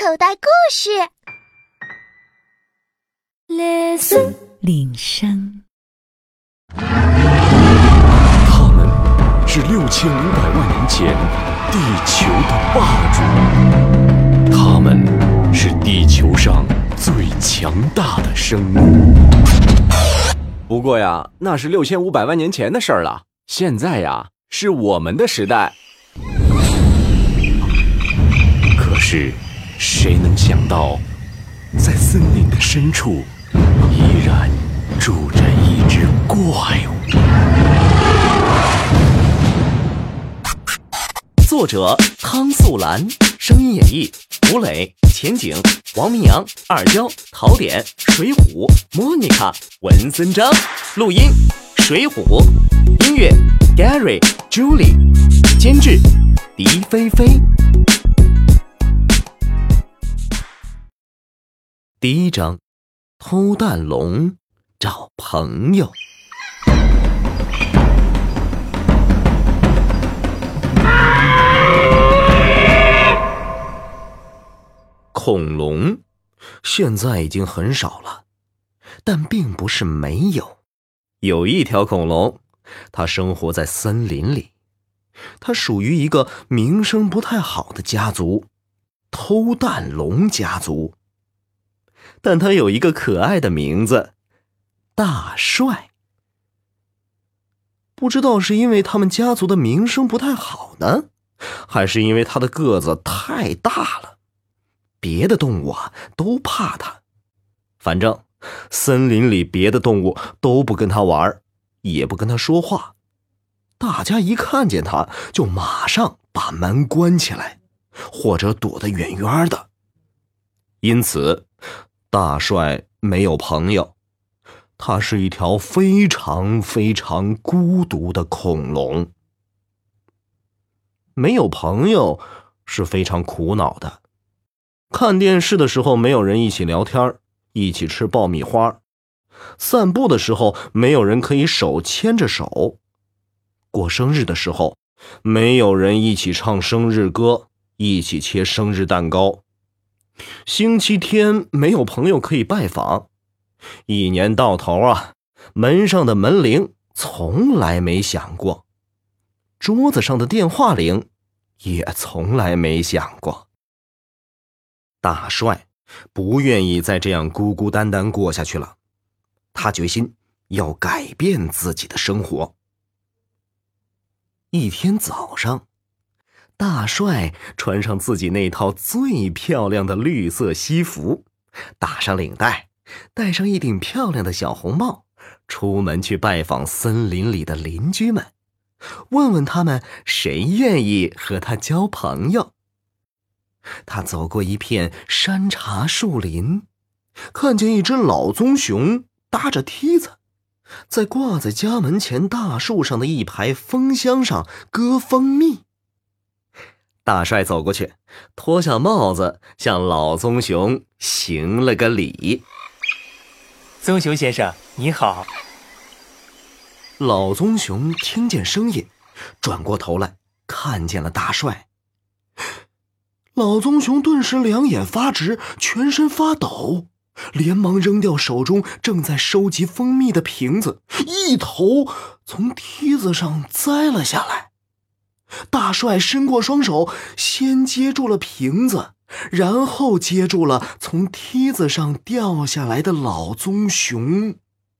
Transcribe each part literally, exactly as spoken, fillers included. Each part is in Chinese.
口袋故事。 Listen， 铃声。 他们是六千五百万年前地球的霸主，他们是地球上最强大的生物。 不过呀，那是六千五百万年前的事儿了。现在呀，是我们的时代。 可是，谁能想到，在森林的深处，依然住着一只怪物。 作者汤素兰，声音演绎吴磊、钱景、王明阳、二娇、陶典、水虎、莫妮卡、文森章，录音水虎，音乐 Gary、Julie， 监制狄菲菲。第一章，偷蛋龙找朋友。恐龙现在已经很少了，但并不是没有。有一条恐龙，它生活在森林里，它属于一个名声不太好的家族——偷蛋龙家族。但它有一个可爱的名字——大帅。不知道是因为他们家族的名声不太好呢，还是因为他的个子太大了，别的动物啊都怕他。反正森林里别的动物都不跟他玩，也不跟他说话，大家一看见他就马上把门关起来，或者躲得远远的。因此大帅没有朋友，他是一条非常非常孤独的恐龙。没有朋友是非常苦恼的。看电视的时候没有人一起聊天，一起吃爆米花；散步的时候没有人可以手牵着手；过生日的时候没有人一起唱生日歌，一起切生日蛋糕；星期天没有朋友可以拜访；一年到头啊，门上的门铃从来没响过，桌子上的电话铃也从来没响过。大帅不愿意再这样孤孤单单过下去了，他决心要改变自己的生活。一天早上，大帅穿上自己那套最漂亮的绿色西服，打上领带，戴上一顶漂亮的小红帽，出门去拜访森林里的邻居们，问问他们谁愿意和他交朋友。他走过一片山茶树林，看见一只老棕熊搭着梯子，在挂在家门前大树上的一排蜂箱上割蜂蜜。大帅走过去，脱下帽子，向老棕熊行了个礼。 棕熊先生，你好。 老棕熊听见声音，转过头来，看见了大帅。老棕熊顿时两眼发直，全身发抖，连忙扔掉手中正在收集蜂蜜的瓶子，一头从梯子上栽了下来。大帅伸过双手，先接住了瓶子，然后接住了从梯子上掉下来的老棕熊。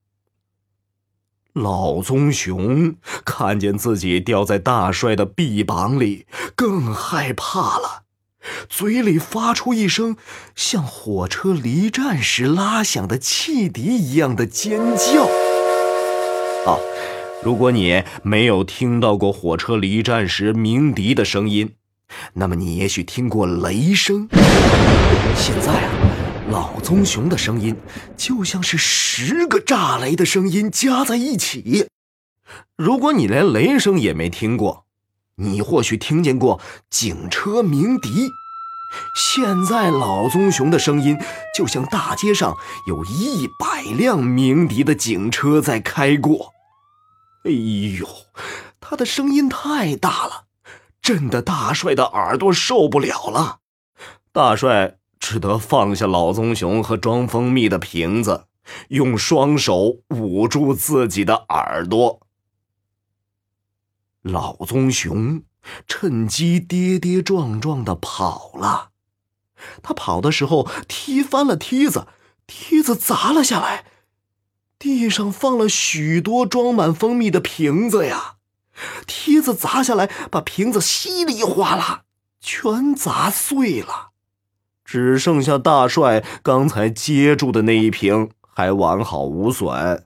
老棕熊看见自己掉在大帅的臂膀里，更害怕了，嘴里发出一声像火车离站时拉响的汽笛一样的尖叫。啊，如果你没有听到过火车离站时鸣笛的声音，那么你也许听过雷声。现在啊，老棕熊的声音就像是十个炸雷的声音加在一起。如果你连雷声也没听过，你或许听见过警车鸣笛。现在老棕熊的声音就像大街上有一百辆鸣笛的警车在开过。哎呦，他的声音太大了，震得大帅的耳朵受不了了。大帅只得放下老棕熊和装蜂蜜的瓶子，用双手捂住自己的耳朵。老棕熊趁机跌跌撞撞地跑了。他跑的时候踢翻了梯子，梯子砸了下来，地上放了许多装满蜂蜜的瓶子呀。梯子砸下来，把瓶子稀里哗啦全砸碎了，只剩下大帅刚才接住的那一瓶还完好无损。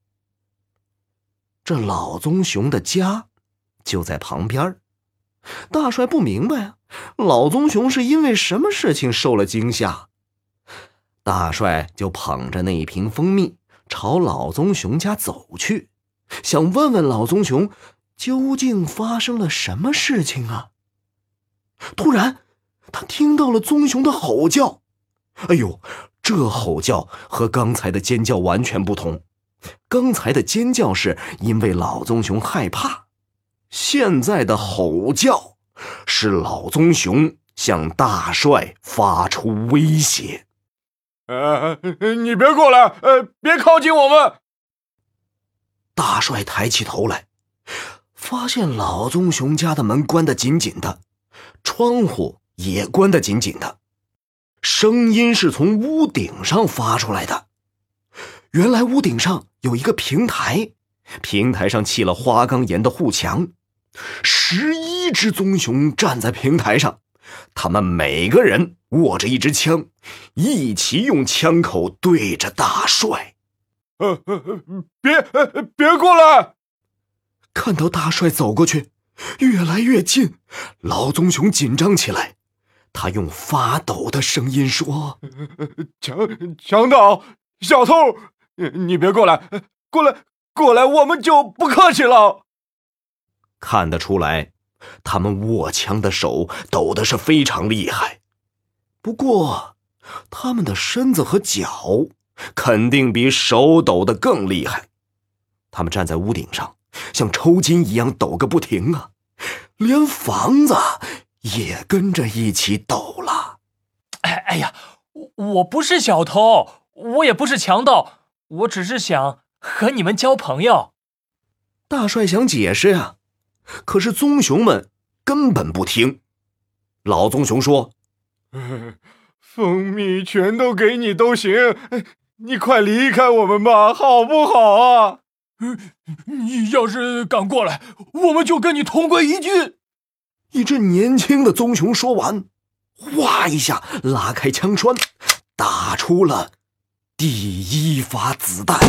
这老棕熊的家就在旁边，大帅不明白啊，老棕熊是因为什么事情受了惊吓。大帅就捧着那一瓶蜂蜜朝老棕熊家走去，想问问老棕熊究竟发生了什么事情啊。突然他听到了棕熊的吼叫，哎呦，这吼叫和刚才的尖叫完全不同。刚才的尖叫是因为老棕熊害怕，现在的吼叫是老棕熊向大帅发出威胁。 呃，你别过来，呃，别靠近我们。 大帅抬起头来，发现老棕熊家的门关得紧紧的，窗户也关得紧紧的，声音是从屋顶上发出来的。原来屋顶上有一个平台，平台上砌了花岗岩的护墙，十一只棕熊站在平台上，他们每个人握着一支枪，一起用枪口对着大帅。 呃呃，别呃别过来！ 看到大帅走过去，越来越近，老棕熊紧张起来，他用发抖的声音说：“ 强强盗，小偷，你别过来，过来过来，我们就不客气了。” 看得出来，他们握枪的手抖得是非常厉害。不过，他们的身子和脚肯定比手抖得更厉害。他们站在屋顶上，像抽筋一样抖个不停啊，连房子也跟着一起抖了。 哎哎呀，我不是小偷，我也不是强盗，我只是想和你们交朋友。 大帅想解释呀，可是棕熊们根本不听。老棕熊说：“ 蜂蜜全都给你都行，你快离开我们吧，好不好啊？ 你要是敢过来，我们就跟你同归于尽。” 一只年轻的棕熊说完，哗一下拉开枪栓，打出了第一发子弹。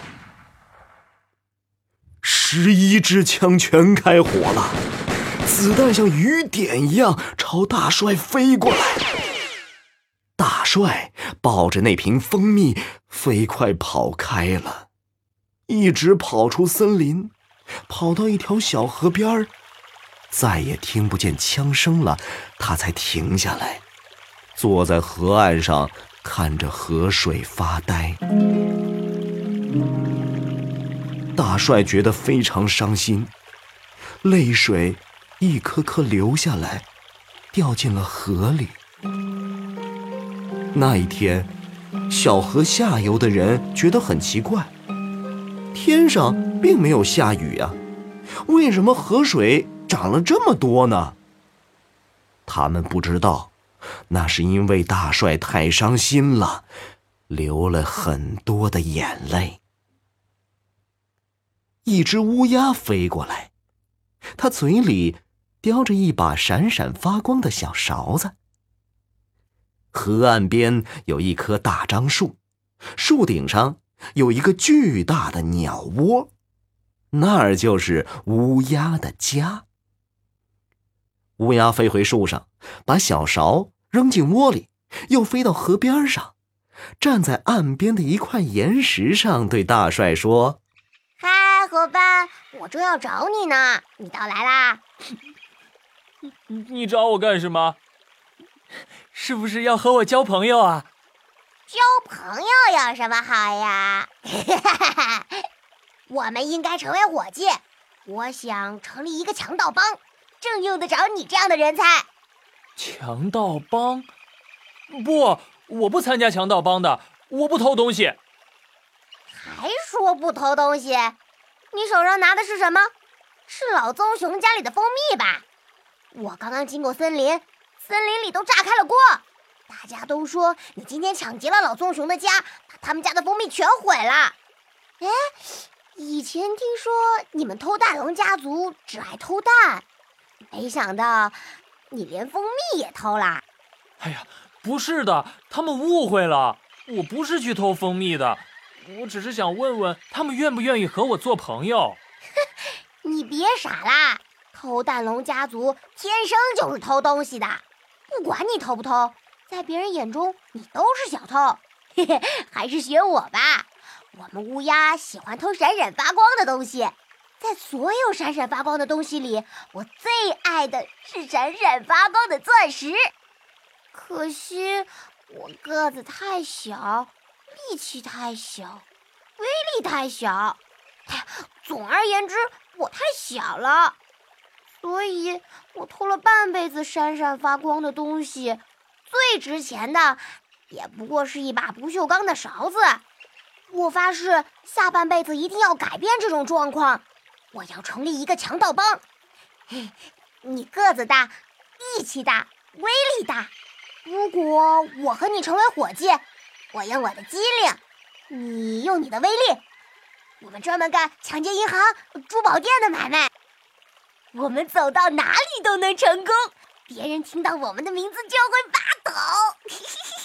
十一支枪全开火了，子弹像雨点一样朝大帅飞过来。大帅抱着那瓶蜂蜜飞快跑开了，一直跑出森林，跑到一条小河边，再也听不见枪声了，他才停下来，坐在河岸上看着河水发呆。大帅觉得非常伤心，泪水一颗颗流下来，掉进了河里。那一天，小河下游的人觉得很奇怪，天上并没有下雨啊，为什么河水涨了这么多呢？他们不知道，那是因为大帅太伤心了，流了很多的眼泪。一只乌鸦飞过来，它嘴里叼着一把闪闪发光的小勺子。河岸边有一棵大樟树，树顶上有一个巨大的鸟窝，那儿就是乌鸦的家。乌鸦飞回树上，把小勺扔进窝里，又飞到河边上，站在岸边的一块岩石上，对大帅说：“ 嗨，伙伴，我正要找你呢，你到来啦。” 你找我干什么？是不是要和我交朋友啊？ 交朋友有什么好呀？我们应该成为伙计。我想成立一个强盗帮，正用得着你这样的人才。 强盗帮？ 不，我不参加强盗帮的，我不偷东西。 还说不偷东西？你手上拿的是什么？是老棕熊家里的蜂蜜吧？我刚刚经过森林，森林里都炸开了锅，大家都说你今天抢劫了老棕熊的家，把他们家的蜂蜜全毁了。哎，以前听说你们偷蛋龙家族只爱偷蛋，没想到你连蜂蜜也偷啦。 哎呀，不是的，他们误会了，我不是去偷蜂蜜的，我只是想问问他们愿不愿意和我做朋友。 你别傻啦，偷蛋龙家族天生就是偷东西的，不管你偷不偷，在别人眼中你都是小偷。嘿嘿，还是学我吧，我们乌鸦喜欢偷闪闪发光的东西，在所有闪闪发光的东西里，我最爱的是闪闪发光的钻石。可惜我个子太小，力气太小，威力太小，哎呀，总而言之我太小了，所以我偷了半辈子闪闪发光的东西，最值钱的也不过是一把不锈钢的勺子。我发誓下半辈子一定要改变这种状况，我要成立一个强盗帮。你个子大，力气大，威力大，如果我和你成为伙计，我用我的机灵，你用你的威力，我们专门干抢劫银行、珠宝店的买卖，我们走到哪里都能成功，别人听到我们的名字就会发抖。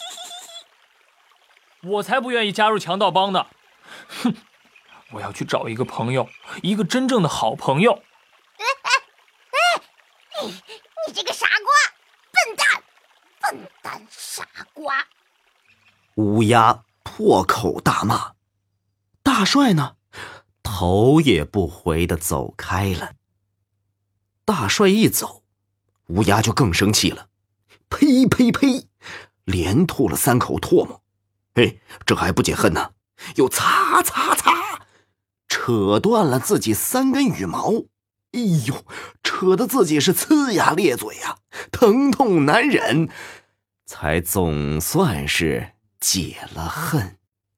我才不愿意加入强盗帮呢！哼，我要去找一个朋友，一个真正的好朋友。 哎哎哎！你这个傻瓜，笨蛋，笨蛋傻瓜！ 乌鸦破口大骂，大帅呢，头也不回地走开了。大帅一走，乌鸦就更生气了，呸呸呸，连吐了三口唾沫。嘿，这还不解恨呢，又擦擦擦，扯断了自己三根羽毛。哎呦，扯得自己是呲牙咧嘴呀、啊，疼痛难忍，才总算是解了恨。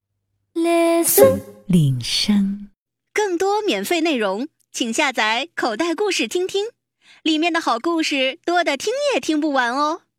铃声， 更多免费内容，请下载口袋故事听听，里面的好故事多得听也听不完哦。